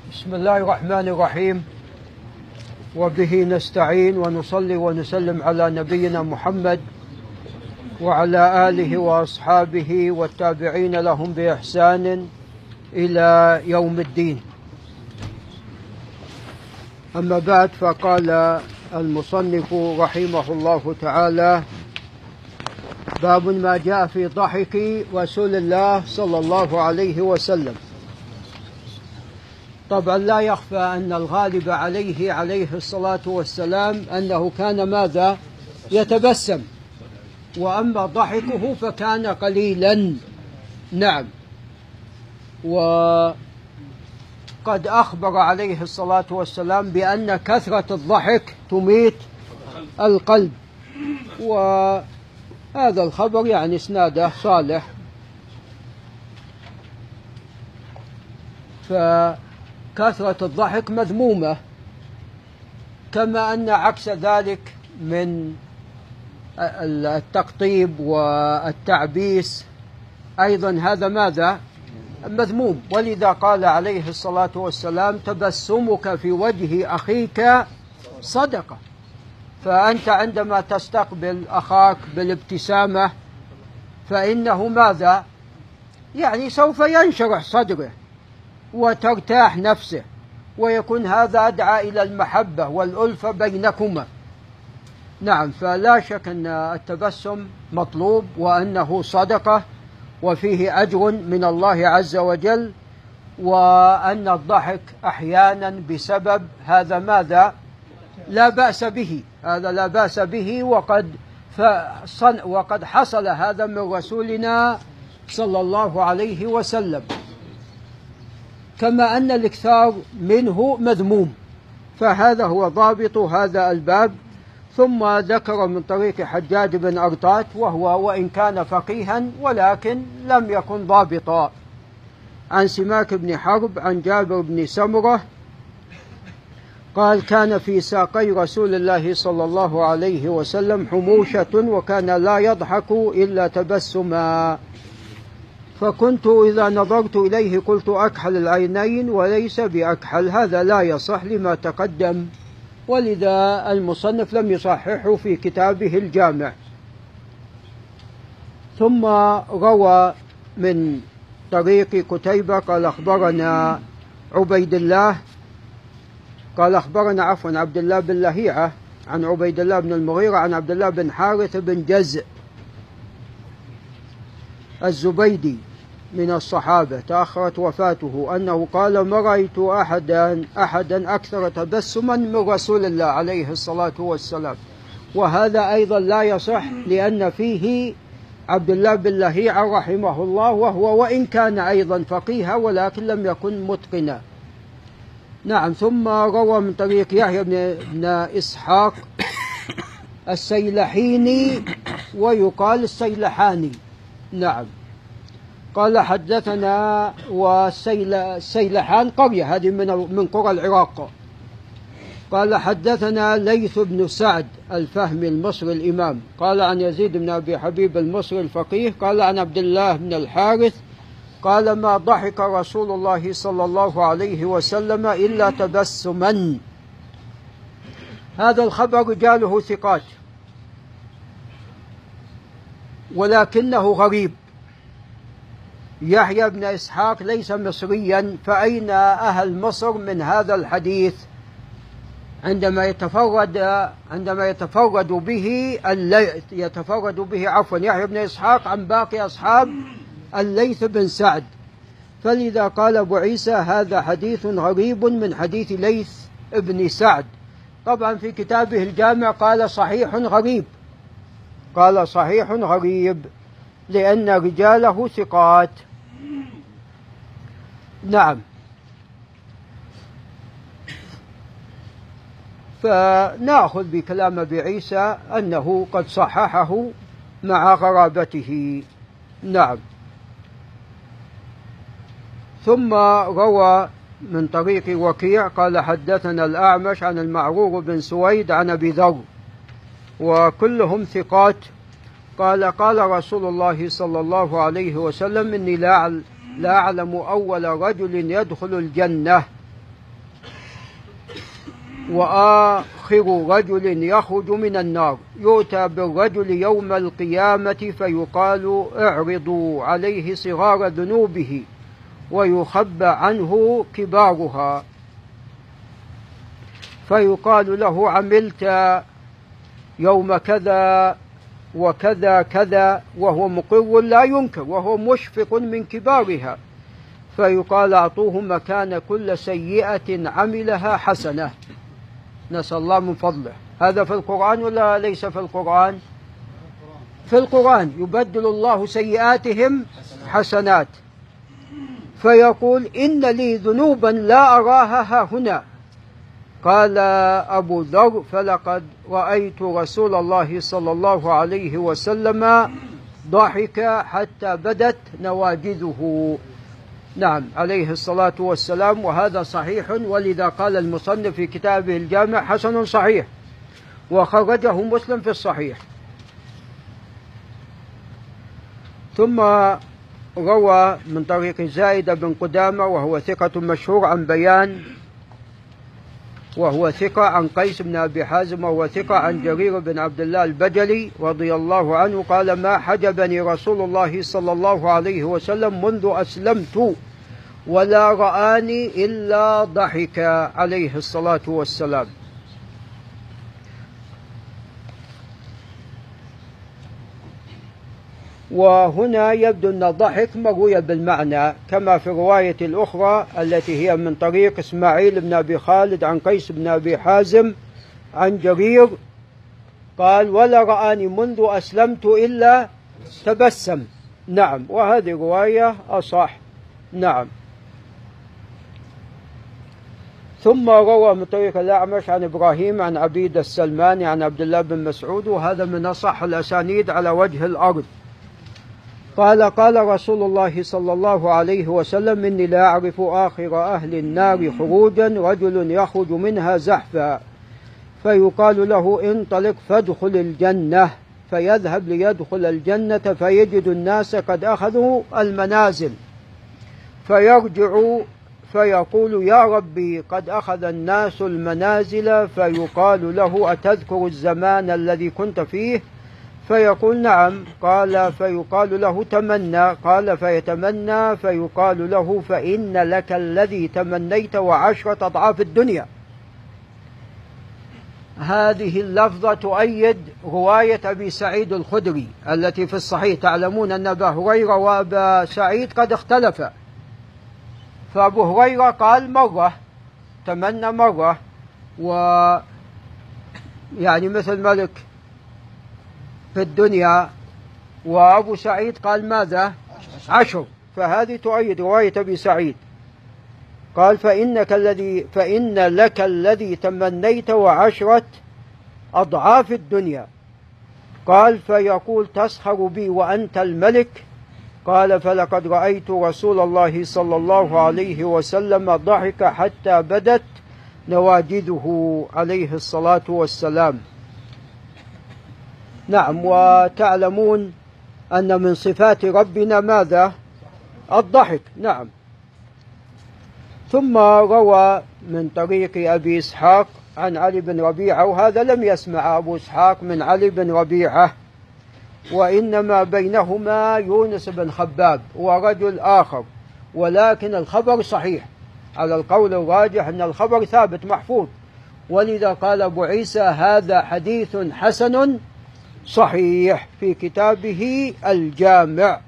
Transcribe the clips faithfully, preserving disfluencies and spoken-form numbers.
بسم الله الرحمن الرحيم، وبه نستعين ونصلي ونسلم على نبينا محمد وعلى آله وأصحابه والتابعين لهم بإحسان إلى يوم الدين. أما بعد، فقال المصنف رحمه الله تعالى: باب ما جاء في ضحك رسول الله صلى الله عليه وسلم. طبعا لا يخفى أن الغالب عليه عليه الصلاة والسلام أنه كان ماذا؟ يتبسم، وأما ضحكه فكان قليلا. نعم. وقد أخبر عليه الصلاة والسلام بأن كثرة الضحك تميت القلب، وهذا الخبر يعني اسناده صالح. فكثرة الضحك مذمومة، كما أن عكس ذلك من التقطيب والتعبيس أيضا هذا ماذا؟ مذموم. ولذا قال عليه الصلاة والسلام: تبسمك في وجه أخيك صدقة. فأنت عندما تستقبل أخاك بالابتسامة فإنه ماذا؟ يعني سوف ينشرح صدره وترتاح نفسه، ويكون هذا أدعى إلى المحبة والألفة بينكما. نعم. فلا شك أن التبسم مطلوب، وأنه صدقة وفيه أجر من الله عز وجل، وأن الضحك أحيانا بسبب هذا ماذا؟ لا بأس به، هذا لا بأس به. وقد وقد حصل هذا من رسولنا صلى الله عليه وسلم، كما أن الإكثار منه مذموم. فهذا هو ضابط هذا الباب. ثم ذكر من طريق حجاج بن أرطاة، وهو وإن كان فقيها ولكن لم يكن ضابطا، عن سماك بن حرب عن جابر بن سمرة قال: كان في ساقي رسول الله صلى الله عليه وسلم حموشة، وكان لا يضحك إلا تبسما، فكنت إذا نظرت إليه قلت أكحل العينين وليس بأكحل. هذا لا يصح لما تقدم، ولذا المصنف لم يصححه في كتابه الجامع. ثم روى من طريق قتيبة قال: أخبرنا عبيد الله قال أخبرنا عفوا عبد الله بن لهيعة عن عبيد الله بن المغيرة عن عبد الله بن حارث بن جزء الزبيدي من الصحابة تأخرت وفاته، أنه قال: ما رأيت أحدا أحدا أكثر تبسما من رسول الله عليه الصلاة والسلام. وهذا أيضا لا يصح، لأن فيه عبد الله بن لهيعة رحمه الله، وهو وإن كان أيضا فقيها ولكن لم يكن متقنا. نعم. ثم روى من طريق يحيى بن إسحاق السيلحيني، ويقال السيلحاني. نعم. قال: حدثنا، والسيلحان قرية هذه من من قرى العراق. قال: حدثنا ليث بن سعد الفهمي المصري الإمام قال عن يزيد بن أبي حبيب المصري الفقيه قال عن عبد الله بن الحارث قال: ما ضحك رسول الله صلى الله عليه وسلم إلا تبسما. هذا الخبر رجاله ثقات، ولكنه غريب. يحيى بن إسحاق ليس مصريا، فأين أهل مصر من هذا الحديث عندما يتفرد عندما يتفرد به الليث يتفرد به عفوا يحيى بن إسحاق عن باقي أصحاب الليث بن سعد؟ فلذا قال أبو عيسى: هذا حديث غريب من حديث ليث بن سعد. طبعا في كتابه الجامع قال: صحيح غريب، قال: صحيح غريب، لأن رجاله ثقات. نعم. فنأخذ بكلام أبي عيسى أنه قد صححه مع غرابته. نعم. ثم روى من طريق وكيع قال: حدثنا الأعمش عن المعرور بن سويد عن أبي ذر، وكلهم ثقات. قال: قال رسول الله صلى الله عليه وسلم: إني لا لا أعلم أول رجل يدخل الجنة وآخر رجل يخرج من النار يؤتى بالرجل يوم القيامة فيقال اعرضوا عليه صغار ذنوبه ويخبى عنه كبارها، فيقال له عملت يوم كذا وكذا كذا، وهو مقر لا ينكر وهو مشفق من كبارها، فيقال أعطوه مكان كل سيئة عملها حسنة. نسأل الله من فضله. هذا في القرآن ولا ليس في القرآن؟ في القرآن. يبدل الله سيئاتهم حسنات، فيقول إن لي ذنوبا لا أراها ها هنا. قال أبو ذر فلقد رأيت رسول الله صلى الله عليه وسلم ضحك حتى بدت نواجذه. نعم عليه الصلاة والسلام. وهذا صحيح، ولذا قال المصنف في كتابه الجامع حسن صحيح، وخرجه مسلم في الصحيح. ثم روى من طريق زائدة بن قدامة وهو ثقة مشهور عن بيان وهو ثقة عن قيس بن أبي حازم وهو ثقة عن جرير بن عبد الله البجلي رضي الله عنه قال ما حجبني رسول الله صلى الله عليه وسلم منذ أسلمت ولا رآني إلا ضحك عليه الصلاة والسلام. وهنا يبدو أن الضحك مروية بالمعنى كما في الرواية الأخرى التي هي من طريق إسماعيل بن أبي خالد عن قيس بن أبي حازم عن جرير قال ولا رآني منذ أسلمت إلا تبسم. نعم، وهذه رواية أصح. نعم. ثم روى من طريق الأعمش عن إبراهيم عن عبيد السلماني عن عبد الله بن مسعود، وهذا من أصح الأسانيد على وجه الأرض. قال قال رسول الله صلى الله عليه وسلم إني لا أعرف آخر أهل النار خروجا رجل يخرج منها زحفا فيقال له انطلق فادخل الجنة، فيذهب ليدخل الجنة فيجد الناس قد أخذوا المنازل، فيرجع فيقول يا ربي قد أخذ الناس المنازل، فيقال له أتذكر الزمان الذي كنت فيه؟ فيقول نعم. قال فيقال له تمنى، قال فيتمنى فيقال له فإن لك الذي تمنيت وعشرة أضعاف الدنيا. هذه اللفظة تؤيد رواية أبي سعيد الخدري التي في الصحيح. تعلمون أن أبا هريرة وأبا سعيد قد اختلفا، فأبو هريرة قال مرة تمنى مرة، و يعني مثل ملك في الدنيا، وأبو سعيد قال ماذا؟ عشر. فهذه تؤيد رواية أبي سعيد. قال فإنك الذي فإن لك الذي تمنيت وعشرة أضعاف الدنيا. قال فيقول تسخر بي وأنت الملك؟ قال فلقد رأيت رسول الله صلى الله عليه وسلم ضحك حتى بدت نواجذه عليه الصلاة والسلام. نعم. وتعلمون أن من صفات ربنا ماذا؟ الضحك. نعم. ثم روى من طريق أبي إسحاق عن علي بن ربيعة، وهذا لم يسمع أبو إسحاق من علي بن ربيعة، وإنما بينهما يونس بن خباب ورجل آخر، ولكن الخبر صحيح على القول الراجح أن الخبر ثابت محفوظ، ولذا قال أبو عيسى هذا حديث حسن صحيح في كتابه الجامع.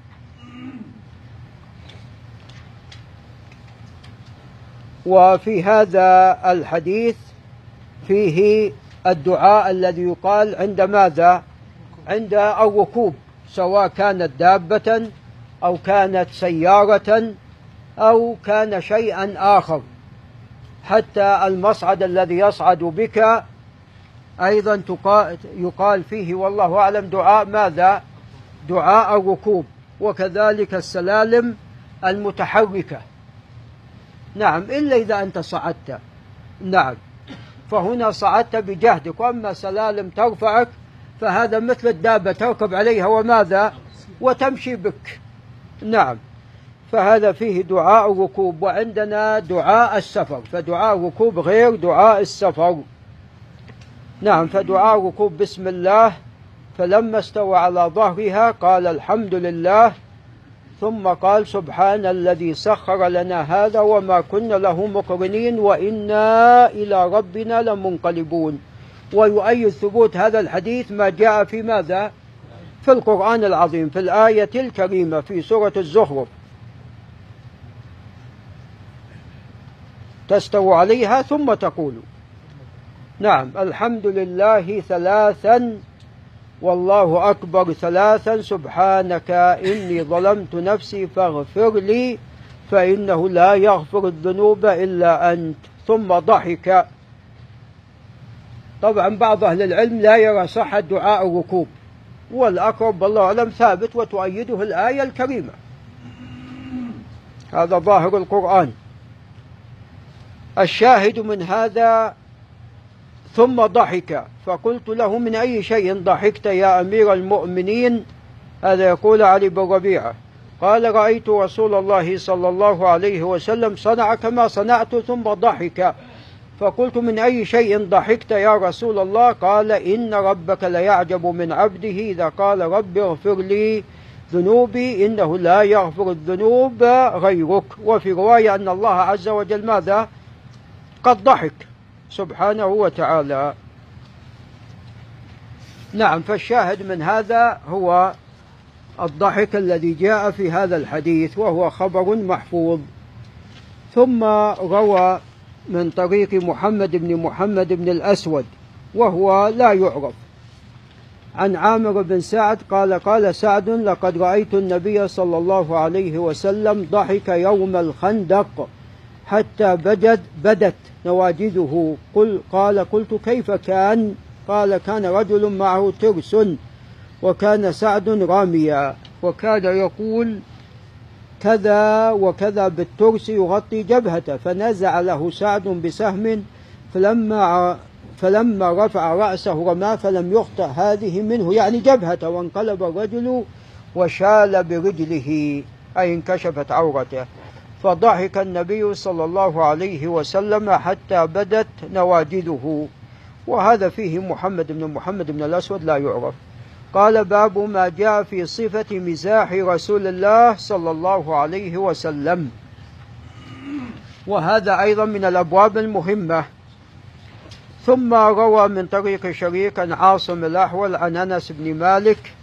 وفي هذا الحديث فيه الدعاء الذي يقال عند ماذا؟ عند الركوب، سواء كانت دابة أو كانت سيارة أو كان شيئا آخر، حتى المصعد الذي يصعد بك أيضا يقال فيه والله أعلم دعاء ماذا؟ دعاء الركوب. وكذلك السلالم المتحركة. نعم، إلا إذا أنت صعدت. نعم، فهنا صعدت بجهدك، وأما سلالم ترفعك فهذا مثل الدابة تركب عليها وماذا؟ وتمشي بك. نعم. فهذا فيه دعاء الركوب، وعندنا دعاء السفر، فدعاء الركوب غير دعاء السفر. نعم، فدعاء الركوب بسم الله، فلما استوى على ظهرها قال الحمد لله، ثم قال سبحان الذي سخر لنا هذا وما كنا له مقرنين وإنا إلى ربنا لمنقلبون. ويؤيد ثبوت هذا الحديث ما جاء في ماذا؟ في القرآن العظيم، في الآية الكريمة في سورة الزخرف: تستوى عليها ثم تقول. نعم، الحمد لله ثلاثا والله أكبر ثلاثا سبحانك إني ظلمت نفسي فاغفر لي فإنه لا يغفر الذنوب إلا أنت. ثم ضحك. طبعا بعض أهل العلم لا يرى صحة دعاء الركوب، والأقرب والله أعلم ثابت وتؤيده الآية الكريمة، هذا ظاهر القرآن. الشاهد من هذا: ثم ضحك، فقلت له من أي شيء ضحكت يا أمير المؤمنين؟ هذا يقول علي بن ربيعة. قال: رأيت رسول الله صلى الله عليه وسلم صنع كما صنعت ثم ضحك. فقلت: من أي شيء ضحكت يا رسول الله؟ قال: إن ربك ليعجب من عبده إذا قال رب اغفر لي ذنوبي إنه لا يغفر الذنوب غيرك. وفي رواية أن الله عز وجل ماذا؟ قد ضحك سبحانه وتعالى. نعم، فالشاهد من هذا هو الضحك الذي جاء في هذا الحديث، وهو خبر محفوظ. ثم روى من طريق محمد بن محمد بن الأسود وهو لا يعرف، عن عامر بن سعد قال: قال سعد: لقد رأيت النبي صلى الله عليه وسلم ضحك يوم الخندق حتى بدت بدت نواجذه. قل قال: قلت: كيف كان؟ قال: كان رجل معه ترس وكان سعد راميا، وكان يقول كذا وكذا بالترس يغطي جبهته، فنزع له سعد بسهم فلما فلما رفع رأسه رماه فلم يخطئ هذه منه، يعني جبهته، وانقلب الرجل وشال برجله، أي انكشفت عورته. فضحك النبي صلى الله عليه وسلم حتى بدت نواجذه. وهذا فيه محمد بن محمد بن الأسود لا يعرف. قال: باب ما جاء في صفة مزاح رسول الله صلى الله عليه وسلم. وهذا أيضا من الأبواب المهمة. ثم روى من طريق شريك عن عاصم الأحول عن أنس بن مالك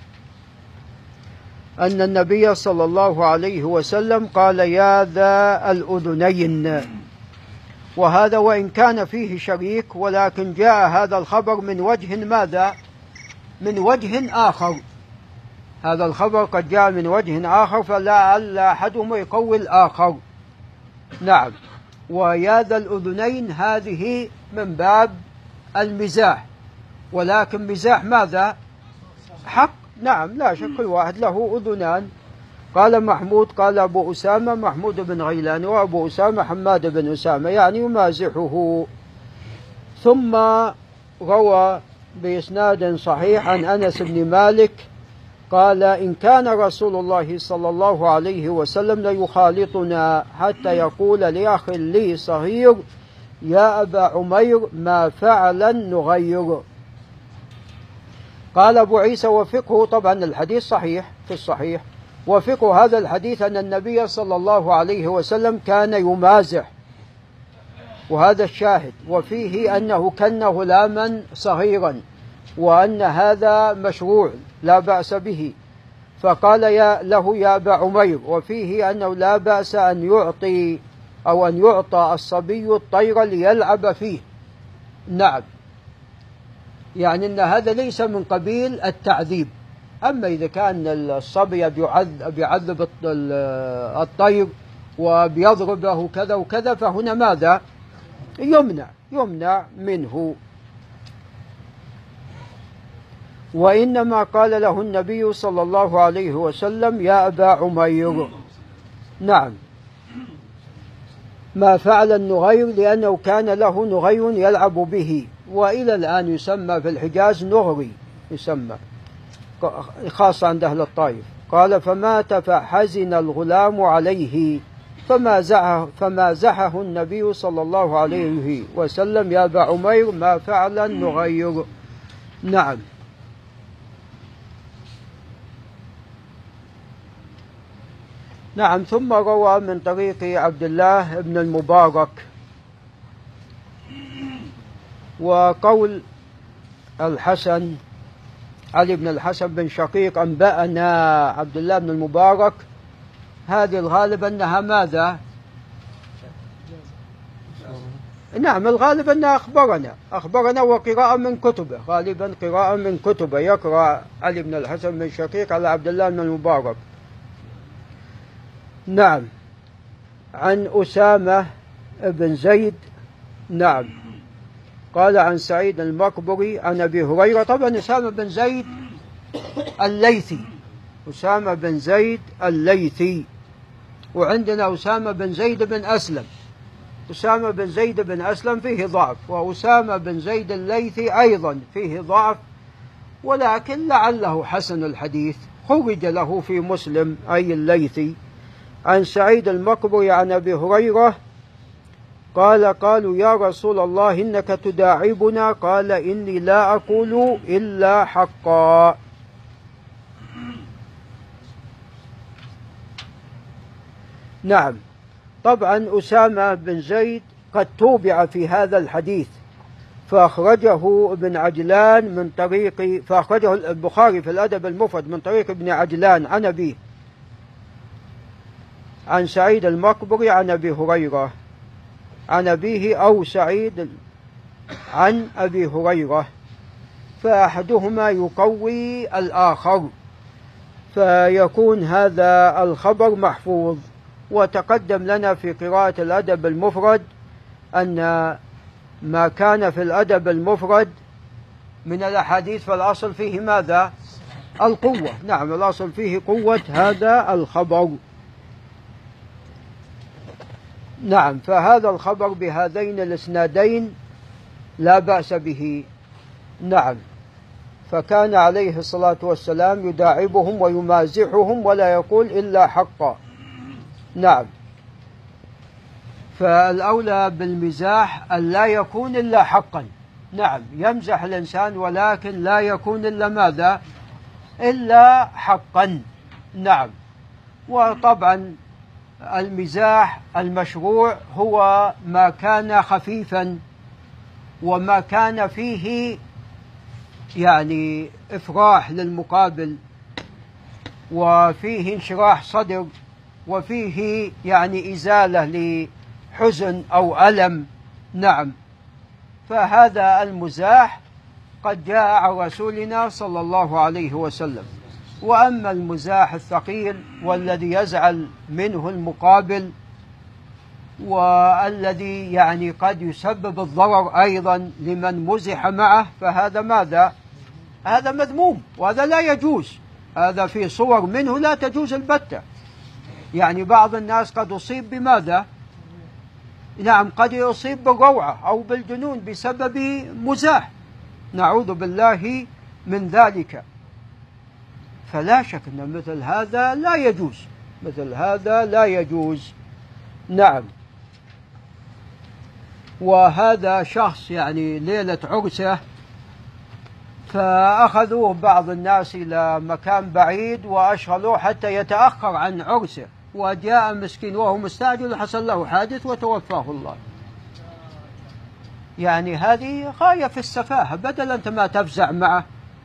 أن النبي صلى الله عليه وسلم قال: يا ذا الأذنين. وهذا وإن كان فيه شريك، ولكن جاء هذا الخبر من وجه ماذا؟ من وجه آخر. هذا الخبر قد جاء من وجه آخر، فلعل أحدهما يقوي الآخر. نعم، ويا ذا الأذنين هذه من باب المزاح، ولكن مزاح ماذا؟ حق. نعم، لا شك، كل واحد له أذنان. قال محمود قال أبو أسامة محمود بن غيلان، وأبو أسامة حماد بن أسامة، يعني يمازحه. ثم روى بإسناد صحيح عن أنس بن مالك قال: إن كان رسول الله صلى الله عليه وسلم ليخالطنا حتى يقول لأخ لي صغير: يا أبا عمير ما فعل نغير. قال أبو عيسى: وفقه، طبعا الحديث صحيح في الصحيح، وفقه هذا الحديث أن النبي صلى الله عليه وسلم كان يمازح، وهذا الشاهد. وفيه أنه كان غلاما صغيرا، وأن هذا مشروع لا بأس به، فقال يا له يا أبا عمير. وفيه أنه لا بأس أن يعطي أو أن يعطى الصبي الطير ليلعب فيه. نعم، يعني أن هذا ليس من قبيل التعذيب. أما إذا كان الصبي بيعذب الطير وبيضربه كذا وكذا، فهنا ماذا؟ يمنع يمنع منه. وإنما قال له النبي صلى الله عليه وسلم: يا أبا عمير. نعم، ما فعل النغير لأنه كان له نغير يلعب به، وإلى الآن يسمى في الحجاز نغري، يسمى خاصة عند أهل الطائف. قال فمات فحزن الغلام عليه فمازحه, فمازحه النبي صلى الله عليه وسلم يا أبا عمير ما فعل نغير. نعم. نعم. ثم روى من طريق عبد الله بن المبارك. وقول الحسن علي بن الحسن بن شقيق أنبأنا عبد الله بن المبارك، هذه الغالب أنها ماذا؟ نعم الغالب أنها أخبرنا أخبرنا وقراءة من كتبه، غالبا قراءة من كتبه، يقرأ علي بن الحسن بن شقيق على عبد الله بن المبارك. نعم. عن أسامة بن زيد. نعم. قال عن سعيد المقبري عن أبي هريرة. طبعا أسامة بن زيد الليثي، أسامة بن زيد الليثي، وعندنا أسامة بن زيد بن أسلم. أسامة بن زيد بن أسلم فيه ضعف، وأسامة بن زيد الليثي أيضا فيه ضعف، ولكن لعله حسن الحديث، خرج له في مسلم أي الليثي. عن سعيد المقبري عن أبي هريرة قال قالوا يا رسول الله إنك تداعبنا، قال إني لا أقول إلا حقا. نعم. طبعا أسامة بن زيد قد توبع في هذا الحديث، فأخرجه ابن عجلان من طريق فأخرجه البخاري في الأدب المفرد من طريق ابن عجلان عن أبيه عن سعيد المقبري عن أبي هريرة عن أبيه أو سعيد عن أبي هريرة، فأحدهما يقوي الآخر، فيكون هذا الخبر محفوظ. وتقدم لنا في قراءة الأدب المفرد أن ما كان في الأدب المفرد من الأحاديث فالأصل فيه ماذا؟ القوة. نعم الأصل فيه قوة هذا الخبر. نعم. فهذا الخبر بهذين الاسنادين لا بأس به. نعم. فكان عليه الصلاة والسلام يداعبهم ويمازحهم ولا يقول إلا حقا. نعم. فالأولى بالمزاح أن لا يكون إلا حقا. نعم يمزح الإنسان ولكن لا يكون إلا ماذا؟ إلا حقا. نعم. وطبعا المزاح المشروع هو ما كان خفيفا وما كان فيه يعني إفراح للمقابل، وفيه انشراح صدر، وفيه يعني إزالة لحزن أو ألم. نعم. فهذا المزاح قد جاء عن رسولنا صلى الله عليه وسلم. وأما المزاح الثقيل والذي يزعل منه المقابل والذي يعني قد يسبب الضرر أيضا لمن مزح معه، فهذا ماذا؟ هذا مذموم، وهذا لا يجوز. هذا في صور منه لا تجوز البتة. يعني بعض الناس قد يصيب بماذا؟ نعم قد يصيب بالروعة أو بالجنون بسبب مزاح، نعوذ بالله من ذلك. فلا شك أن مثل هذا لا يجوز، مثل هذا لا يجوز. نعم. وهذا شخص يعني ليلة عرسه، فأخذوه بعض الناس إلى مكان بعيد وأشغلوه حتى يتأخر عن عرسه، وجاء مسكين وهو مستعجل حصل له حادث وتوفاه الله. يعني هذه غاية في السفاهة. بدل أنت ما تفزع معه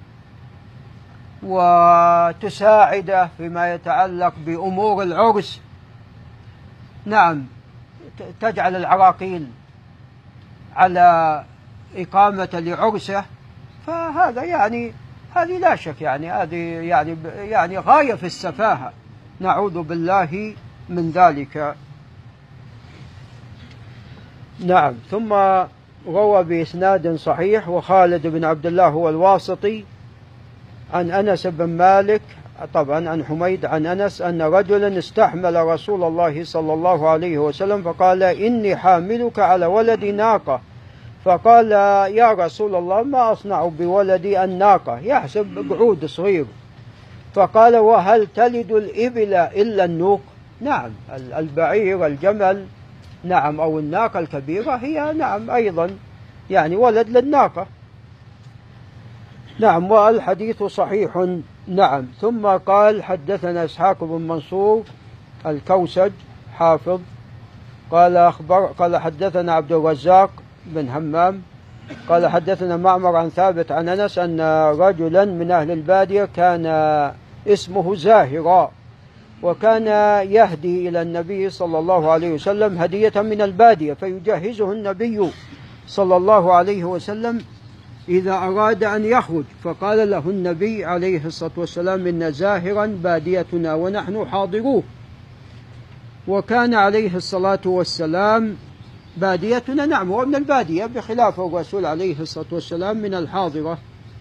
وتساعده فيما يتعلق بأمور العرس، نعم تجعل العراقيل على إقامة لعرسه، فهذا يعني هذه لا شك يعني هذه يعني يعني غاية في السفاهة، نعوذ بالله من ذلك. نعم. ثم روى بإسناد صحيح وخالد بن عبد الله هو الواسطي عن أنس بن مالك، طبعا عن حميد عن أنس أن رجلا استحمل رسول الله صلى الله عليه وسلم فقال إني حاملك على ولد ناقة، فقال يا رسول الله ما أصنع بولدي الناقة، يحسب قعود صغير، فقال وهل تلد الإبل إلا النوق؟ نعم، البعير الجمل نعم أو الناقة الكبيرة هي نعم أيضا يعني ولد للناقة. نعم، والحديث صحيح. نعم. ثم قال حدثنا إسحاق بن منصور الكوسج حافظ قال أخبر قال حدثنا عبد الرزاق بن همام قال حدثنا معمر عن ثابت عن أنس أن رجلا من أهل البادية كان اسمه زاهرا، وكان يهدي إلى النبي صلى الله عليه وسلم هدية من البادية، فيجهزه النبي صلى الله عليه وسلم إذا أراد أن يخرج، فقال له النبي عليه الصلاة والسلام إن زاهرا باديتنا ونحن حاضروه. وكان عليه الصلاة والسلام باديتنا نعم ومن البادية، بخلاف الرسول عليه الصلاة والسلام من الحاضرة.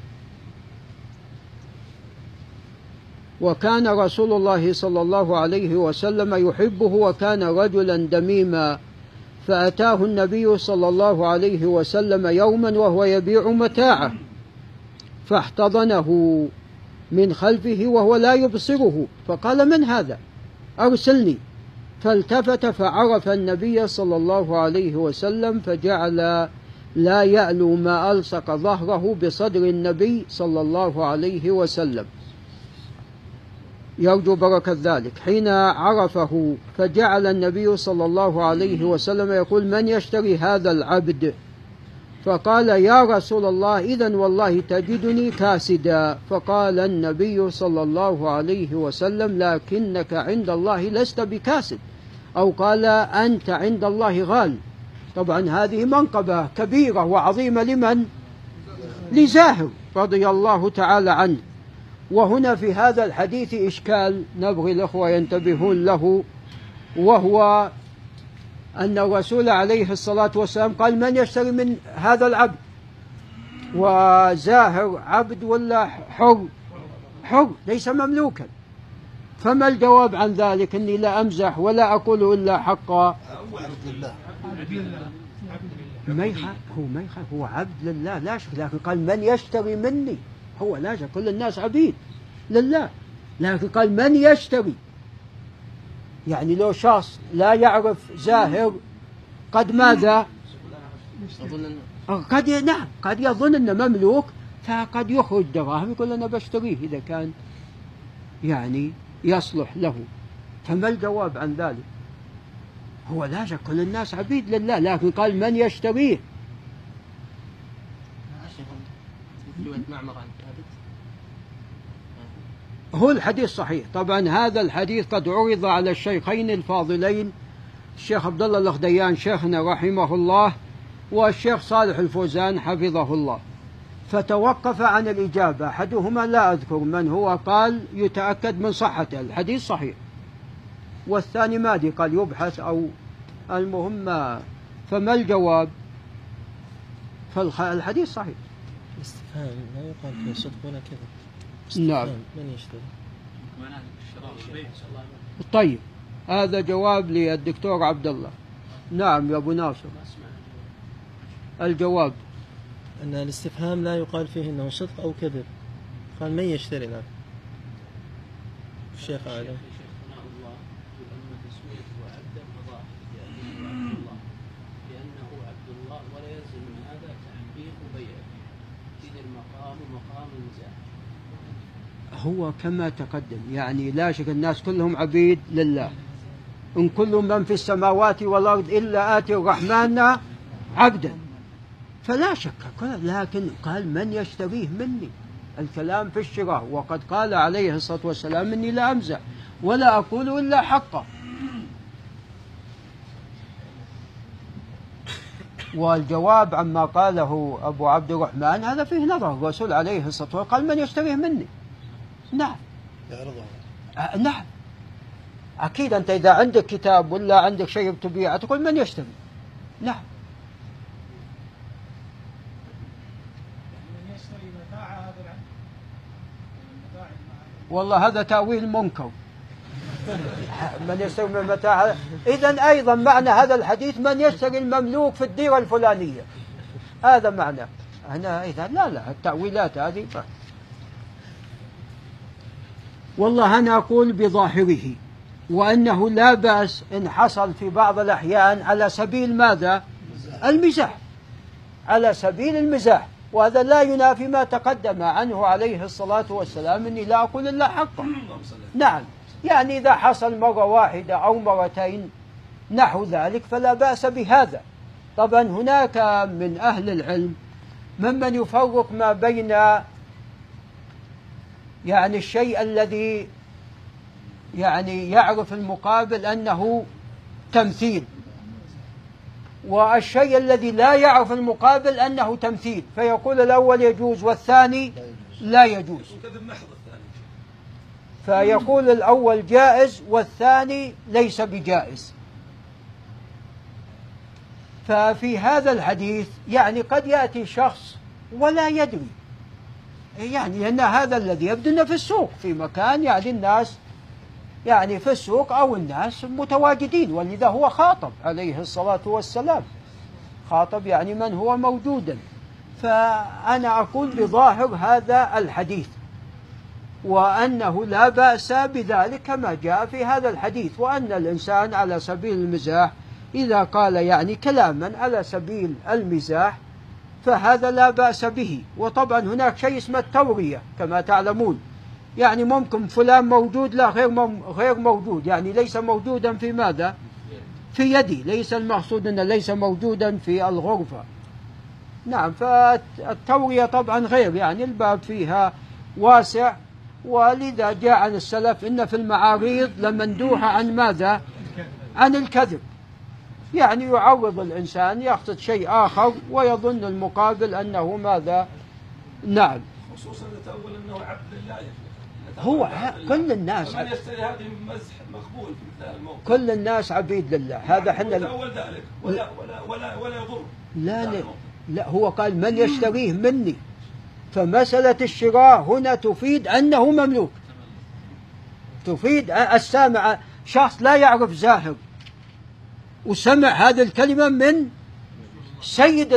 وكان رسول الله صلى الله عليه وسلم يحبه وكان رجلا دميما، فأتاه النبي صلى الله عليه وسلم يوما وهو يبيع متاعه فاحتضنه من خلفه وهو لا يبصره، فقال من هذا؟ أرسلني. فالتفت فعرف النبي صلى الله عليه وسلم فجعل لا يألو ما ألصق ظهره بصدر النبي صلى الله عليه وسلم يرجو بركة ذلك. حين عرفه فجعل النبي صلى الله عليه وسلم يقول من يشتري هذا العبد؟ فقال يا رسول الله إذن والله تجدني كاسدا. فقال النبي صلى الله عليه وسلم لكنك عند الله لست بكاسد، أو قال أنت عند الله غال. طبعا هذه منقبة كبيرة وعظيمة لمن؟ لزاهر رضي الله تعالى عنه. وهنا في هذا الحديث إشكال نبغي الأخوة ينتبهون له، وهو أن الرسول عليه الصلاة والسلام قال من يشتري من هذا العبد؟ وزاهر عبد ولا حر؟ حر ليس مملوكا. فما الجواب عن ذلك؟ إني لا أمزح ولا أقول إلا حقا. ما يخاف هو ما يخاف هو عبد لله لا شك، لكن قال من يشتري مني، هو لا شك كل الناس عبيد لله، لكن قال من يشتري. يعني لو شخص لا يعرف زاهر قد ماذا؟ قد نعم قد يظن أنه مملوك، فقد يخرج دراهم يقول أنا بشتريه إذا كان يعني يصلح له. فما الجواب عن ذلك؟ هو لا شك كل الناس عبيد لله، لكن قال من يشتريه. هو الحديث صحيح. طبعا هذا الحديث قد عرض على الشيخين الفاضلين الشيخ عبد الله الغديان شيخنا رحمه الله والشيخ صالح الفوزان حفظه الله، فتوقف عن الإجابة. أحدهما لا أذكر من هو قال يتأكد من صحته الحديث صحيح، والثاني ما أدري قال يبحث أو المهم. فما الجواب؟ فالحديث صحيح. استفهام لا يقال فيه صدق ولا كذب. نعم. من يشتري؟ طيب هذا جواب للدكتور عبد الله. نعم يا أبو ناصر. الجواب أن الاستفهام لا يقال فيه أنه صدق أو كذب، قال من يشتري. نعم الشيخ أعلم. هو كما تقدم يعني لا شك الناس كلهم عبيد لله، إن كل من في السماوات والأرض إلا آتي الرحمن عبدا، فلا شك. لكن قال من يشتريه مني، الكلام في الشراء، وقد قال عليه الصلاة والسلام إني لا أمزح ولا أقول إلا حقا. والجواب عما قاله أبو عبد الرحمن هذا فيه نظر. الرسول عليه الصلاة والسلام قال من يشتريه مني. نعم آه نعم أكيد. أنت إذا عندك كتاب ولا عندك شيء بتبيعه تقول من يشتري. نعم. والله هذا تأويل منكر. من يشتري من متاع. إذن أيضا معنى هذا الحديث من يشتري المملوك في الديرة الفلانية، هذا معنى. هنا إذا لا لا التأويلات هذه. والله أنا أقول بظاهره، وأنه لا بأس إن حصل في بعض الأحيان على سبيل ماذا؟ المزاح، على سبيل المزاح، وهذا لا ينافي ما تقدم عنه عليه الصلاة والسلام إني لا أقول إلا حقا. نعم، يعني إذا حصل مرة واحدة أو مرتين نحو ذلك فلا بأس بهذا. طبعا هناك من أهل العلم ممن يفرق ما بين يعني الشيء الذي يعني يعرف المقابل أنه تمثيل، والشيء الذي لا يعرف المقابل أنه تمثيل، فيقول الأول يجوز والثاني لا يجوز، فيقول الأول جائز والثاني ليس بجائز. ففي هذا الحديث يعني قد يأتي شخص ولا يدري، يعني أن هذا الذي يبدو أنه في السوق في مكان يعني الناس يعني في السوق أو الناس متواجدين، ولذا هو خاطب عليه الصلاة والسلام، خاطب يعني من هو موجودا. فأنا أقول بظاهر هذا الحديث وأنه لا بأس بذلك كما جاء في هذا الحديث، وأن الإنسان على سبيل المزاح إذا قال يعني كلاما على سبيل المزاح فهذا لا بأس به. وطبعا هناك شيء اسمه التورية كما تعلمون، يعني ممكن فلان موجود لا غير غير موجود، يعني ليس موجودا في ماذا؟ في يدي، ليس المقصود أنه ليس موجودا في الغرفة. نعم، فالتورية طبعا غير، يعني الباب فيها واسع، ولذا جاء عن السلف إن في المعاريض لمندوحة عن ماذا؟ عن الكذب، يعني يعوض الإنسان يقصد شيء آخر ويظن المقابل أنه ماذا؟ نعم، خصوصا نتأول أنه عبد لله. هو كل الناس من يشتري هذه مزح مقبول في مثل الموقف، كل الناس عبيد لله، هذا حنا يتأول ذلك ولا ولا ولا ولا يضر. لا لا لا، هو قال من يشتريه مني، فمسألة الشراء هنا تفيد أنه مملوك، تفيد السامع شخص لا يعرف زاهر وسمع هذه الكلمة من سيد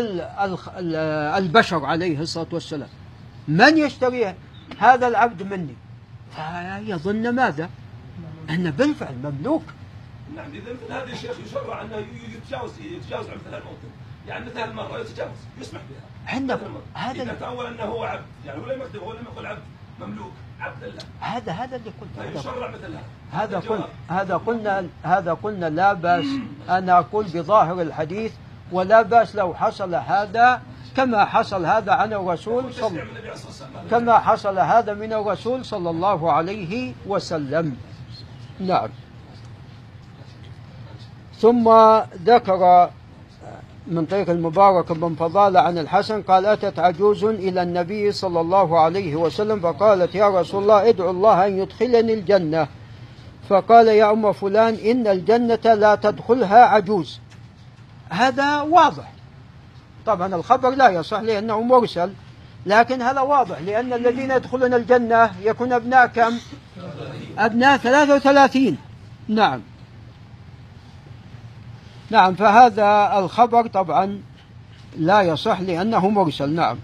البشر عليه الصلاة والسلام، من يشتريه هذا العبد مني، فيظن ماذا؟ أنه بالفعل مملوك. نعم، إذا مثل هذا الشيخ يشرع أنه يتجاوز يتجاوز عن مثل الموطن، يعني مثل المرأة يتجاوز يسمح بها. عندنا هذا إذا تأول أنه هو عبد، يعني هو لم يكتب هو لم يقل عبد مملوك عبد الله، هذا هذا اللي قلت، يشرع مثل هذا قلنا هذا قلنا هذا قلنا لا بأس. أنا أقول بظاهر الحديث ولا بأس لو حصل هذا كما حصل هذا عن الرسول صلى كما حصل هذا من الرسول صلى الله عليه وسلم. نعم. ثم ذكر من طريق المبارك بن فضالة عن الحسن قال أتت عجوز إلى النبي صلى الله عليه وسلم فقالت يا رسول الله ادعو الله أن يدخلني الجنة، فقال يا أم فلان إن الجنة لا تدخلها عجوز. هذا واضح، طبعا الخبر لا يصح لأنه مرسل، لكن هذا واضح لأن الذين يدخلون الجنة يكون أبناء كم؟ أبناء ثلاثة وثلاثين. نعم نعم، فهذا الخبر طبعا لا يصح لأنه مرسل. نعم.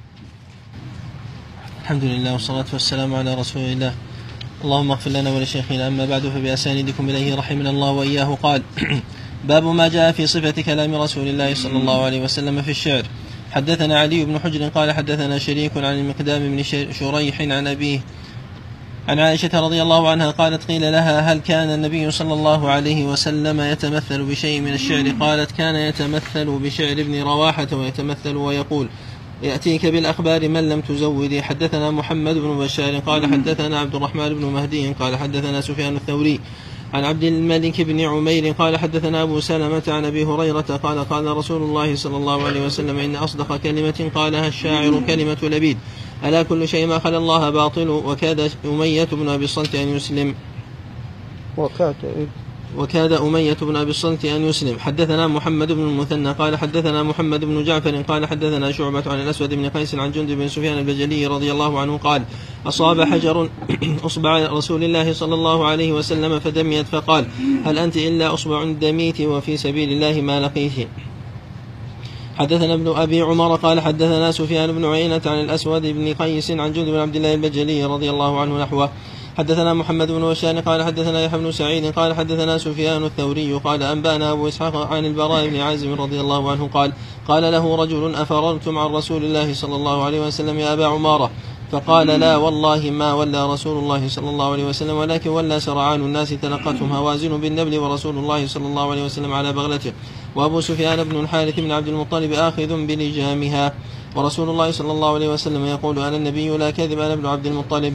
الحمد لله والصلاة والسلام على رسول الله. اللهم اغفر لنا ولشيخنا. أما بعد فبأسانيدكم إليه رحمنا الله وإياه قال باب ما جاء في صفة كلام رسول الله صلى الله عليه وسلم في الشعر. حدثنا علي بن حجر قال حدثنا شريك عن المقدام بن شريح عن أبيه عن عائشة رضي الله عنها قالت قيل لها هل كان النبي صلى الله عليه وسلم يتمثل بشيء من الشعر؟ قالت كان يتمثل بشعر ابن رواحة ويتمثل ويقول يأتيك بالأخبار من لم تزودي. حدثنا محمد بن بشار قال حدثنا عبد الرحمن بن مهدي قال حدثنا سفيان الثوري عن عبد الملك بن عمير قال حدثنا أبو سلمة عن أبي هريرة قال قال رسول الله صلى الله عليه وسلم إن أصدق كلمة قالها الشاعر كلمة لبيد ألا كل شيء ما خلا الله باطل. وكاد أمية بن أبي الصلت أن يسلم وكاد وكاد أمية بن أبي الصلت أن يسلم. حدثنا محمد بن المثنى قال حدثنا محمد بن جعفر قال حدثنا شعبة عن الأسود بن قيس عن جندب بن سفيان البجلي رضي الله عنه قال أصاب حجر أصبع رسول الله صلى الله عليه وسلم فدميت فقال هل أنت إلا أصبع دميت وفي سبيل الله ما لقيت. حدثنا ابن أبي عمر قال حدثنا سفيان بن عيينة عن الأسود بن قيس عن جندب بن عبد الله البجلي رضي الله عنه نحوه. حدثنا محمد بن بشار قال حدثنا يحيى بن سعيد قال حدثنا سفيان الثوري قال أنبانا أبو إسحاق عن البراء بن عازب رضي الله عنه قال قال له رجل أفررتم عن رسول الله صلى الله عليه وسلم يا أبا عمارة؟ فقال لا والله ما ولى رسول الله صلى الله عليه وسلم ولكن ولى سرعان الناس تلقتهم هوازن بالنبل ورسول الله صلى الله عليه وسلم على بغلته وأبو سفيان بن الحارث بن عبد المطلب آخذ بلجامها ورسول الله صلى الله عليه وسلم يقول أنا النبي لا كذب أنا ابن عبد المطلب.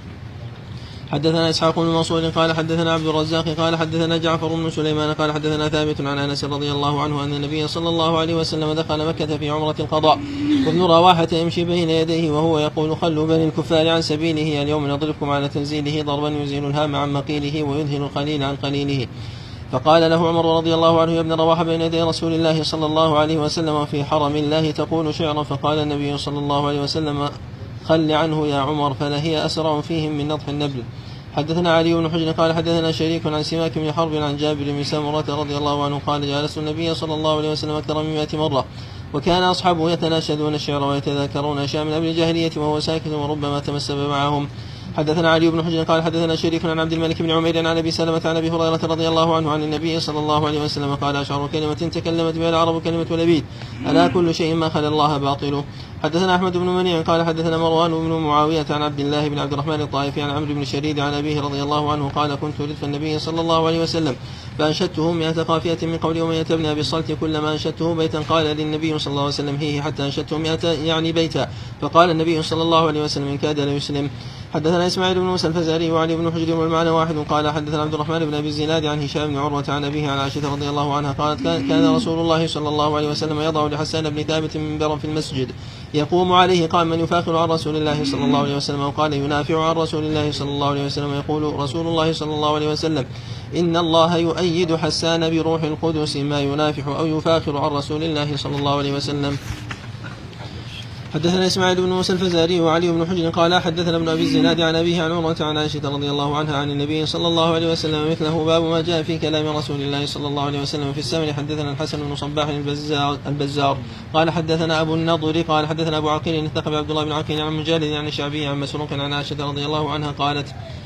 حدثنا إسحاق بن منصور قال حدثنا عبد الرزاق قال حدثنا جعفر بن سليمان قال حدثنا ثابت عن أنس رضي الله عنه أن النبي صلى الله عليه وسلم دخل مكة في عمرة القضاء وابن رواحة يمشي بين يديه وهو يقول خلوا بني الكفار عن سبيله اليوم نضربكم على تنزيله ضربا يزيل الهام عن مقيله ويذهل القليل عن قليله. فقال له عمر رضي الله عنه يا ابن رواحة بين يدي رسول الله صلى الله عليه وسلم في حرم الله تقول شعرا؟ فقال النبي صلى الله عليه وسلم خل عنه يا عمر فلهي أسرع فيهم من نضح النبل. حدثنا علي بن حجر قال حدثنا شريك عن سماك بن حرب عن جابر بن سامرة رضي الله عنه قال جالست النبي صلى الله عليه وسلم أكثر من مئة مرة وكان أصحابه يتناشدون الشعر ويتذاكرون أشياء من أمر الجاهلية وهو ساكت وربما تمسب معهم. حدثنا علي بن حجر قال حدثنا شريك عن عبد الملك بن عمير عن أبي سلمة عن أبي هريرة رضي الله عنه عن النبي صلى الله عليه وسلم قال أشعر كلمة تكلمت بها العرب كلمة لبيد ألا كل شيء ما خلا الله باطله. حدثنا أحمد بن منيع قال حدثنا مروان بن معاوية عن عبد الله بن عبد الرحمن الطائفي عن عمرو بن شريد عن أبيه رضي الله عنه قال كنت ردف النبي صلى الله عليه وسلم فأنشدته مئة قافية من قول أمية بن أبي الصلت كلما أنشدته بيتا قال للنبي صلى الله عليه وسلم هيه حتى أنشدته مئة يعني بيتا فقال النبي صلى الله عليه وسلم إن كاد ليسلم. حدثنا إسماعيل بن موسى الفزاري وعلي بن حجر والمعنى واحد قال حدثنا عبد الرحمن بن أبي الزناد عن هشام بن عروة عن أبيه عن عائشة رضي الله عنها قالت كان رسول الله صلى الله عليه وسلم يضع لحسان بن ثابت منبرا في المسجد يقوم عليه قام من يفاخر عن رسول الله صلى الله عليه وسلم وقال ينافع عن رسول الله صلى الله عليه وسلم يقول رسول الله صلى الله عليه وسلم إن الله يؤيد حسان بروح القدس ما ينافح أو يفاخر عن رسول الله صلى الله عليه وسلم. حدثنا إسماعيل بن موسى الفزاري وعلي بن حجر قال حدثنا ابن أبي الزناد عن أبيه عن عمرة عن عائشة رضي الله عنها عن النبي صلى الله عليه وسلم مثله باب ما جاء في كلام رسول الله صلى الله عليه وسلم في السمن. حدثنا الحسن بن صباح البزار, البزار قال حدثنا أبو النضر قال حدثنا أبو عقيل الثقفي عبد الله بن عقيل عن مجالد عن الشعبي عن مسروق عن عائشة رضي الله عنها قالت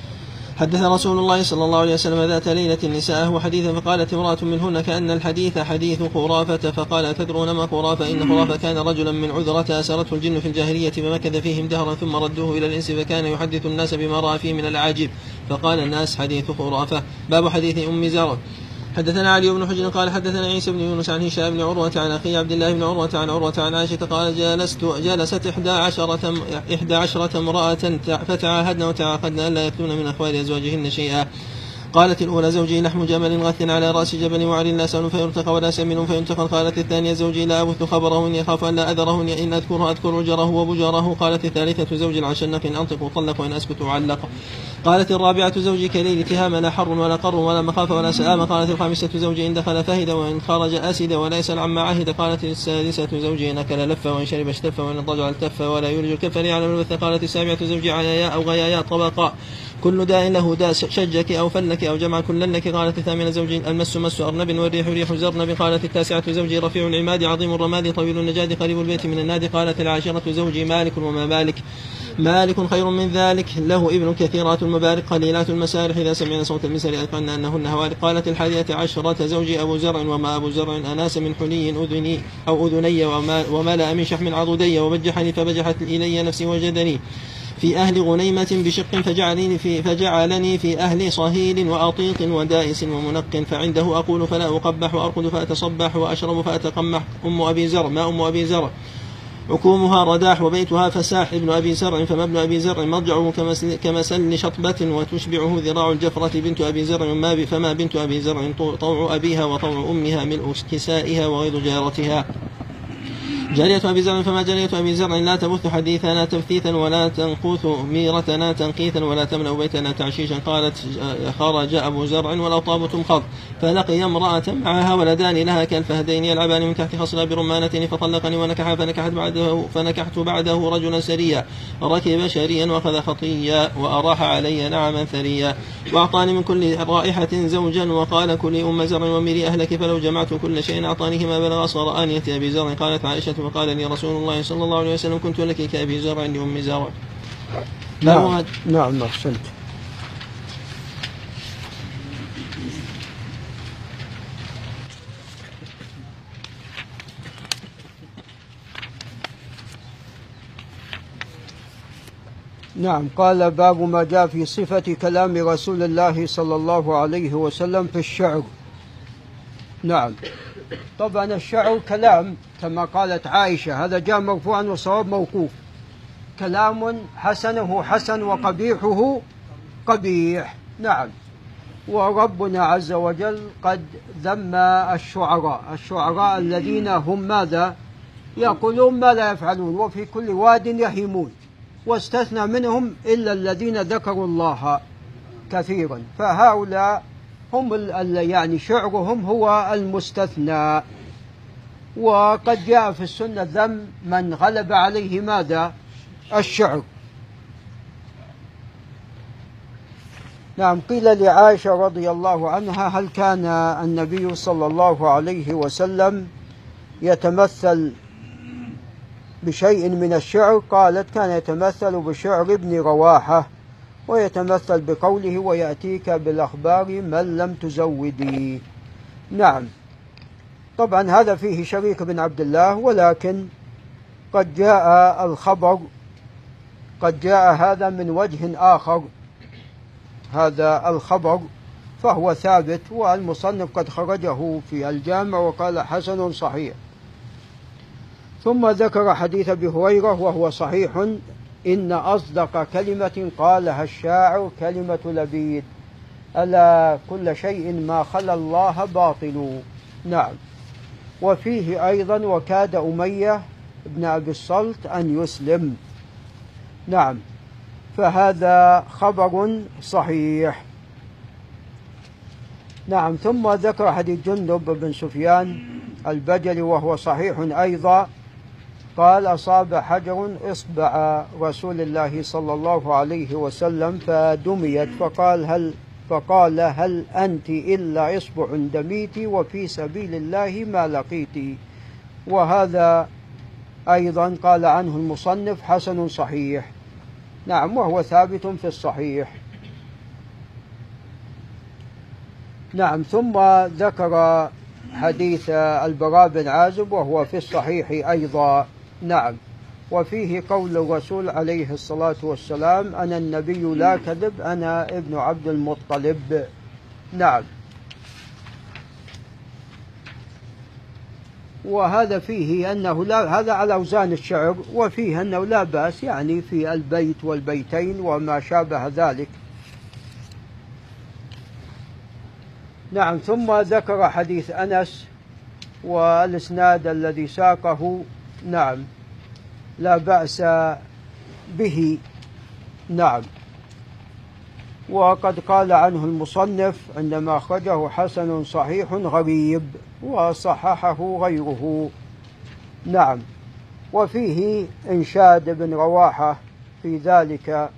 حدث رسول الله صلى الله عليه وسلم ذات ليلة نساءه حديثا فقالت امرأة منهن كأن الحديث حديث خرافة فقال تدرون ما خرافة؟ إن خرافة كان رجلا من عذرة أسرته الجن في الجاهلية فمكث فيهم دهرا ثم ردوه إلى الإنس فكان يحدث الناس بما رأى فيه من الأعاجيب فقال الناس حديث خرافة. باب حديث أم زرع. حدثنا علي بن حجر قال حدثنا عيسى بن يونس عن هشام بن عروة عن أخي عبد الله بن عروة عن عروة عن عائشة قال جلست جلست إحدى عشرة إحدى عشرة امرأة فتعاهدن وتعاقدن ألا يكتمن من أخبار أزواجهن شيئا. قالت الأولى زوجي لحم جمل غث على رأس جبل وعلي لا سأل فيرتقى ولا سمن فينتقل. قالت الثانية زوجي لا أبث خبره إني أخاف أن لا أذره إن أذكره أذكر جره وبجره. قالت الثالثة زوجي العشنق إن أنطق طلق وإن أسكت علق. قالت الرابعة زوجي كليل تهام لا حر ولا قر ولا مخاف ولا سآم. قالت الخامسة زوجي إن دخل فهد وإن خرج أسد ولا يسأل عما عهد. قالت السادسة زوجي إن أكل لف وإن شرب اشتف وإن اضطجع التف ولا يولج الكف ليعلم البث. قالت السابعة زوجي عيايا أو غيايا طبقا كل داء له داء شجك أو فلك أو جمع كلا لك. قالت الثامنة زوجي المس مس أرنب والريح ريح زرنب. قالت التاسعة زوجي رفيع العماد عظيم الرماد طويل النجاد قريب البيت من النادي. قالت العاشرة زوجي مالك وما مالك مالك خير من ذلك له ابن كثيرات المبارك قليلات المسارح إذا سمعنا صوت المسار أيقنا أنهن هوارق. قالت الحادية عشرة زوجي أبو زرع وما أبو زرع أناس من حلي أذني أو أذني وملأ من شحم عضدي وبجحني فبجحت إلي نفسي وجدني في أهل غنيمة بشق فجعلني في, فجعلني في أهل صهيل وأطيط ودائس ومنق فعنده أقول فلا أقبح وأرقد فأتصبح وأشرب فأتقمح. أم أبي زرع ما أم أبي زرع عكومها رداح وبيتها فساح. ابن أبي زرع فما ابن أبي زرع مرجعه كمسل شطبة وتشبعه ذراع الجفرة. بنت أبي زرع فما بنت أبي زرع طوع أبيها وطوع أمها ملء كسائها وغيظ جارتها. جارية أبي زرع فما جارية أبي زرع لا تبث حديثنا تبثيثا ولا تنقوث ميرتنا تنقيثا ولا تملأ بيتنا تعشيشا. قالت خرج أبو زرع والأوطاب تمخض فلقي امرأة معها ولدان لها كالفهدين يلعبان من تحت خصنا برمانة فطلقني ونكح فنكحت بعده فنكحت بعده رجلا سريا ركب شريا وأخذ خطيا وأراح علي نعما ثريا وأعطاني من كل رائحة زوجا وقال كلي أم زرع ومري أهلك فلو جمعت كل شيء أعطانيه ما بلغ صار آنية أبي زرع. قالت عائشة وقال لي رسول الله صلى الله عليه وسلم كنت لك كأبي زرع لأم زرع. نعم نعم أحسنت. نعم. قال باب ما جاء في صفة كلام رسول الله صلى الله عليه وسلم في الشعر. نعم. طبعا الشعر كلام كما قالت عائشة، هذا جاء مرفوعا وصواب موقوف، كلام حسنه حسن وقبيحه قبيح. نعم. وربنا عز وجل قد ذم الشعراء، الشعراء الذين هم ماذا؟ يقولون ما لا يفعلون وفي كل واد يهيمون، واستثنى منهم إلا الذين ذكروا الله كثيرا، فهؤلاء هم يعني شعرهم هو المستثنى. وقد جاء في السنة ذم من غلب عليه ماذا؟ الشعر. نعم. قيل لعائشة رضي الله عنها هل كان النبي صلى الله عليه وسلم يتمثل بشيء من الشعر؟ قالت كان يتمثل بشعر ابن رواحة، ويتمثل بقوله ويأتيك بالأخبار من لم تزودي. نعم. طبعا هذا فيه شريك بن عبد الله، ولكن قد جاء الخبر قد جاء هذا من وجه آخر، هذا الخبر فهو ثابت، والمصنف قد خرجه في الجامع وقال حسن صحيح. ثم ذكر حديث أبي هريرة وهو صحيح: إن أصدق كلمة قالها الشاعر كلمة لبيد، ألا كل شيء ما خلا الله باطل. نعم. وفيه أيضا وكاد أمية بن أبي الصلت أن يسلم. نعم. فهذا خبر صحيح. نعم. ثم ذكر حديث جندب بن سفيان البجلي وهو صحيح أيضا، قال أصاب حجر إصبع رسول الله صلى الله عليه وسلم فدميت، فقال هل فقال هل أنت إلا إصبع دميت وفي سبيل الله ما لقيت. وهذا أيضا قال عنه المصنف حسن صحيح. نعم. وهو ثابت في الصحيح. نعم. ثم ذكر حديث البراء بن عازب وهو في الصحيح أيضا. نعم. وفيه قول الرسول عليه الصلاة والسلام أنا النبي لا كذب أنا ابن عبد المطلب. نعم. وهذا فيه أنه لا، هذا على أوزان الشعر، وفيه أنه لا بأس يعني في البيت والبيتين وما شابه ذلك. نعم. ثم ذكر حديث أنس والإسناد الذي ساقه نعم لا بأس به. نعم. وقد قال عنه المصنف عندما أخرجه حسن صحيح غريب، وصححه غيره. نعم. وفيه إنشاد بن رواحة في ذلك.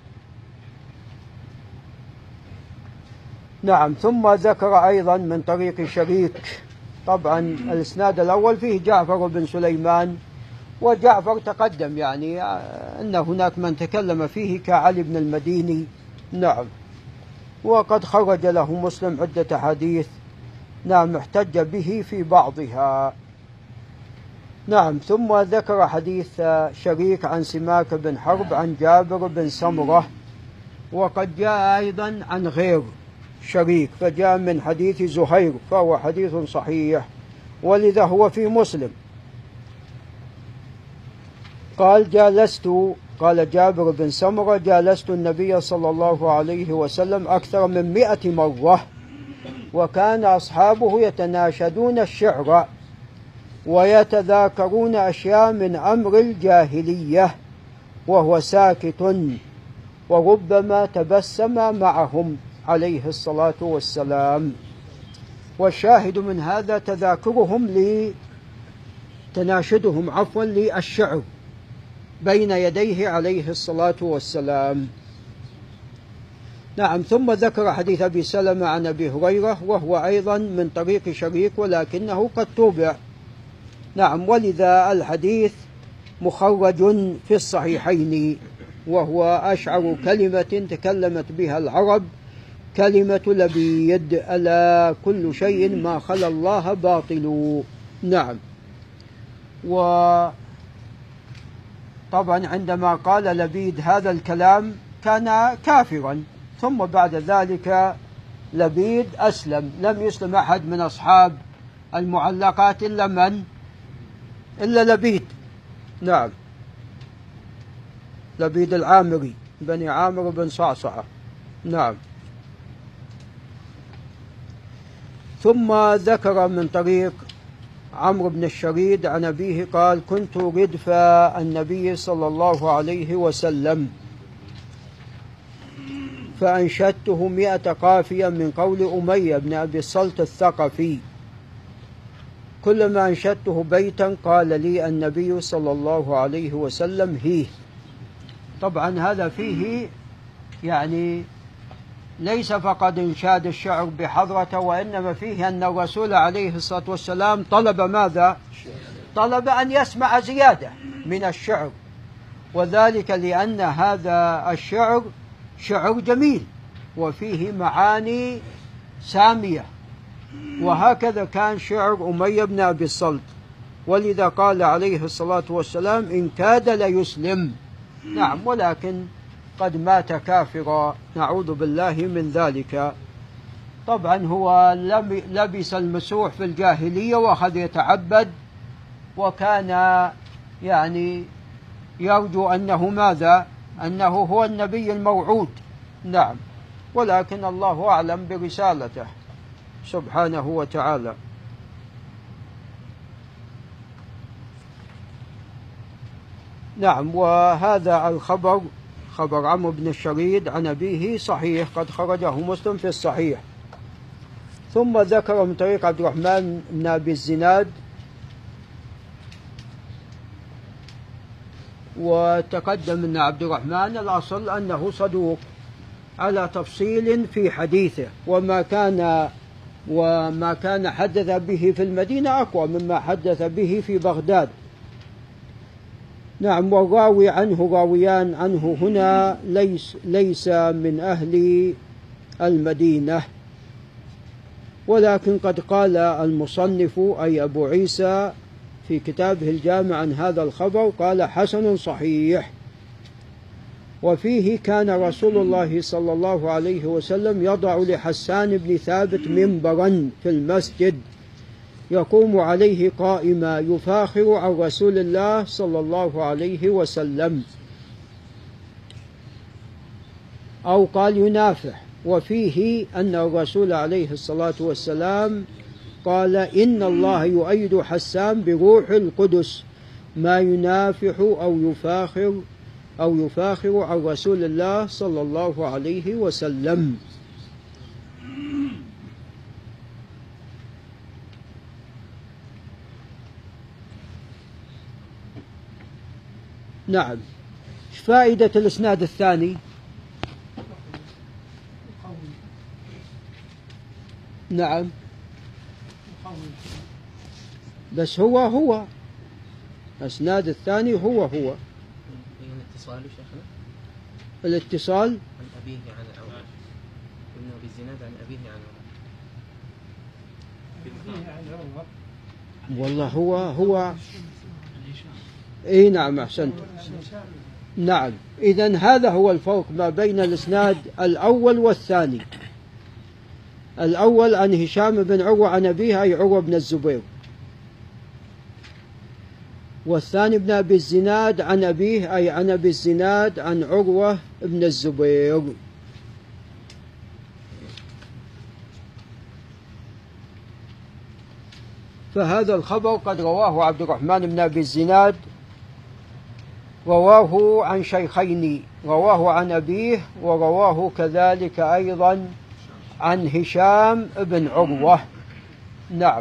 نعم. ثم ذكر أيضا من طريق شريك، طبعا الإسناد الأول فيه جعفر بن سليمان، وجعفر تقدم يعني أن هناك من تكلم فيه كعلي بن المديني. نعم. وقد خرج له مسلم عدة حديث نعم احتج به في بعضها. نعم. ثم ذكر حديث شريك عن سماك بن حرب عن جابر بن سمرة، وقد جاء أيضا عن غير شريك فجاء من حديث زهير فهو حديث صحيح، ولذا هو في مسلم. قال جالست قال جابر بن سمرة جالست النبي صلى الله عليه وسلم أكثر من مئة مرة، وكان أصحابه يتناشدون الشعر ويتذاكرون أشياء من أمر الجاهلية وهو ساكت، وربما تبسم معهم عليه الصلاة والسلام. والشاهد من هذا تذاكرهم لتناشدهم عفوا للشعر بين يديه عليه الصلاة والسلام. نعم. ثم ذكر حديث أبي سلمة عن أبي هريرة وهو أيضا من طريق شريك ولكنه قد توبع. نعم. ولذا الحديث مخرج في الصحيحين، وهو أشعر كلمة تكلمت بها العرب كلمة لبيد، ألا كل شيء ما خلا الله باطل. نعم. وطبعا عندما قال لبيد هذا الكلام كان كافرا. ثم بعد ذلك لبيد أسلم. لم يسلم أحد من أصحاب المعلقات إلا من؟ إلا لبيد. نعم، لبيد العامري بني عامر بن صعصعة. نعم. ثم ذكر من طريق عمرو بن الشريد عن أبيه قال: كنت ردف النبي صلى الله عليه وسلم فأنشدته مئة قافية من قول أمية بن أبي الصلت الثقفي، كلما أنشدته بيتا قال لي النبي صلى الله عليه وسلم هيه. طبعا هذا فيه يعني ليس فقط إنشاد الشعر بحضرته، وإنما فيه أن الرسول عليه الصلاة والسلام طلب ماذا؟ طلب أن يسمع زيادة من الشعر، وذلك لأن هذا الشعر شعر جميل وفيه معاني سامية، وهكذا كان شعر أمية بن أبي الصلت، ولذا قال عليه الصلاة والسلام: إن كاد ليسلم. نعم، ولكن قد مات كافرا، نعوذ بالله من ذلك. طبعا هو لبس المسوح في الجاهلية وأخذ يتعبد، وكان يعني يرجو أنه ماذا؟ أنه هو النبي الموعود. نعم، ولكن الله أعلم برسالته سبحانه وتعالى. نعم، وهذا الخبر خبر عمرو بن الشريد عن أبيه صحيح، قد خرجه مسلم في الصحيح. ثم ذكر من طريق عبد الرحمن بن أبي الزناد، وتقدم أن عبد الرحمن الأصل أنه صدوق على تفصيل في حديثه، وما كان وما كان حدث به في المدينة أقوى مما حدث به في بغداد. نعم، والراوي عنه راويان عنه هنا ليس ليس من أهل المدينة، ولكن قد قال المصنف أي أبو عيسى في كتابه الجامع عن هذا الخبر قال: حسن صحيح. وفيه: كان رسول الله صلى الله عليه وسلم يضع لحسان بن ثابت منبرا في المسجد يقوم عليه قائما يفاخر عن رسول الله صلى الله عليه وسلم، أو قال ينافح. وفيه أن الرسول عليه الصلاة والسلام قال: إن الله يؤيد حسان بروح القدس ما ينافح أو يفاخر أو يفاخر عن رسول الله صلى الله عليه وسلم. نعم. فائدة الإسناد الثاني؟ نعم، بس هو هو الإسناد الثاني هو هو الاتصال شيخنا، الاتصال عن أبيه عن أبيه، ابن أبي الزناد عن أبيه عن أبيه. والله هو هو اي نعم، احسنت. نعم، اذن هذا هو الفرق ما بين الاسناد الاول والثاني. الاول عن هشام بن عروة عن ابيه اي عروة بن الزبير، والثاني ابن ابي الزناد عن ابيه اي عن ابي الزناد عن عروة بن الزبير. فهذا الخبر قد رواه عبد الرحمن بن أبي الزناد، رواه عن شيخين، رواه عن أبيه ورواه كذلك أيضا عن هشام بن عروة. نعم،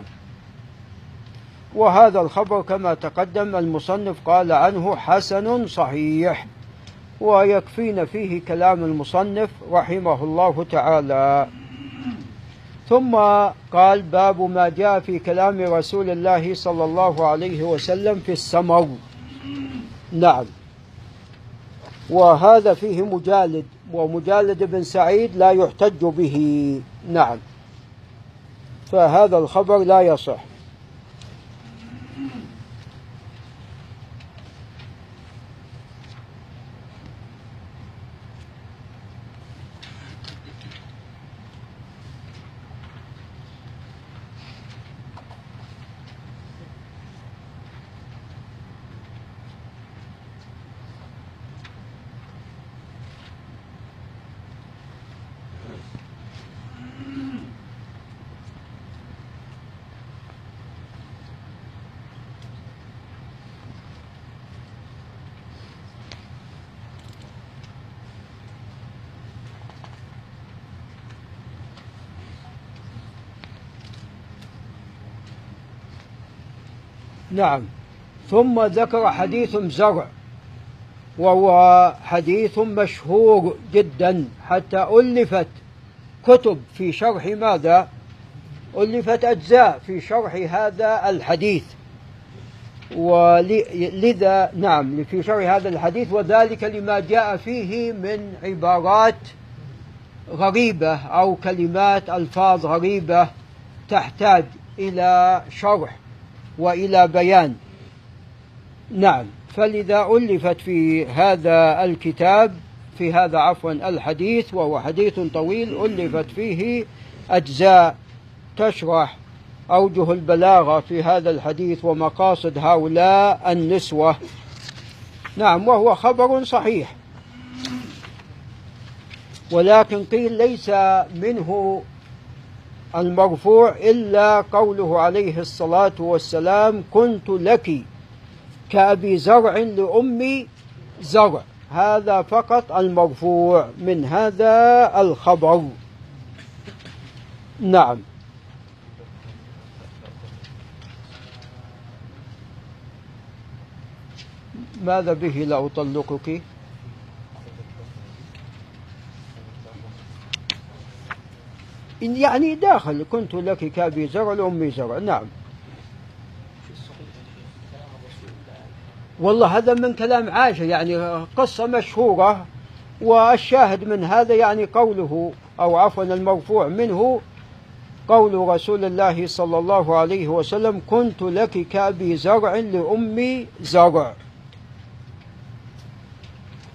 وهذا الخبر كما تقدم المصنف قال عنه حسن صحيح، ويكفينا فيه كلام المصنف رحمه الله تعالى. ثم قال: باب ما جاء في كلام رسول الله صلى الله عليه وسلم في السمر. نعم، وهذا فيه مجالد، ومجالد بن سعيد لا يحتج به. نعم، فهذا الخبر لا يصح. نعم. ثم ذكر حديث زرع، وهو حديث مشهور جدا، حتى ألفت كتب في شرح ماذا؟ ألفت أجزاء في شرح هذا الحديث، ولذا نعم في شرح هذا الحديث، وذلك لما جاء فيه من عبارات غريبة أو كلمات ألفاظ غريبة تحتاج إلى شرح وإلى بيان. نعم، فلذا ألفت في هذا الكتاب في هذا عفوا الحديث، وهو حديث طويل، ألفت فيه أجزاء تشرح أوجه البلاغة في هذا الحديث ومقاصد هؤلاء النسوة. نعم، وهو خبر صحيح، ولكن قيل ليس منه المرفوع إلا قوله عليه الصلاة والسلام: كنت لك كأبي زرع لأمي زرع. هذا فقط المرفوع من هذا الخبر. نعم. ماذا به لأطلقك؟ يعني داخل كنت لك كأبي زرع لأمي زرع. نعم. والله هذا من كلام عائشة، يعني قصة مشهورة، والشاهد من هذا يعني قوله أو عفوا المرفوع منه قول رسول الله صلى الله عليه وسلم: كنت لك كأبي زرع لأمي زرع.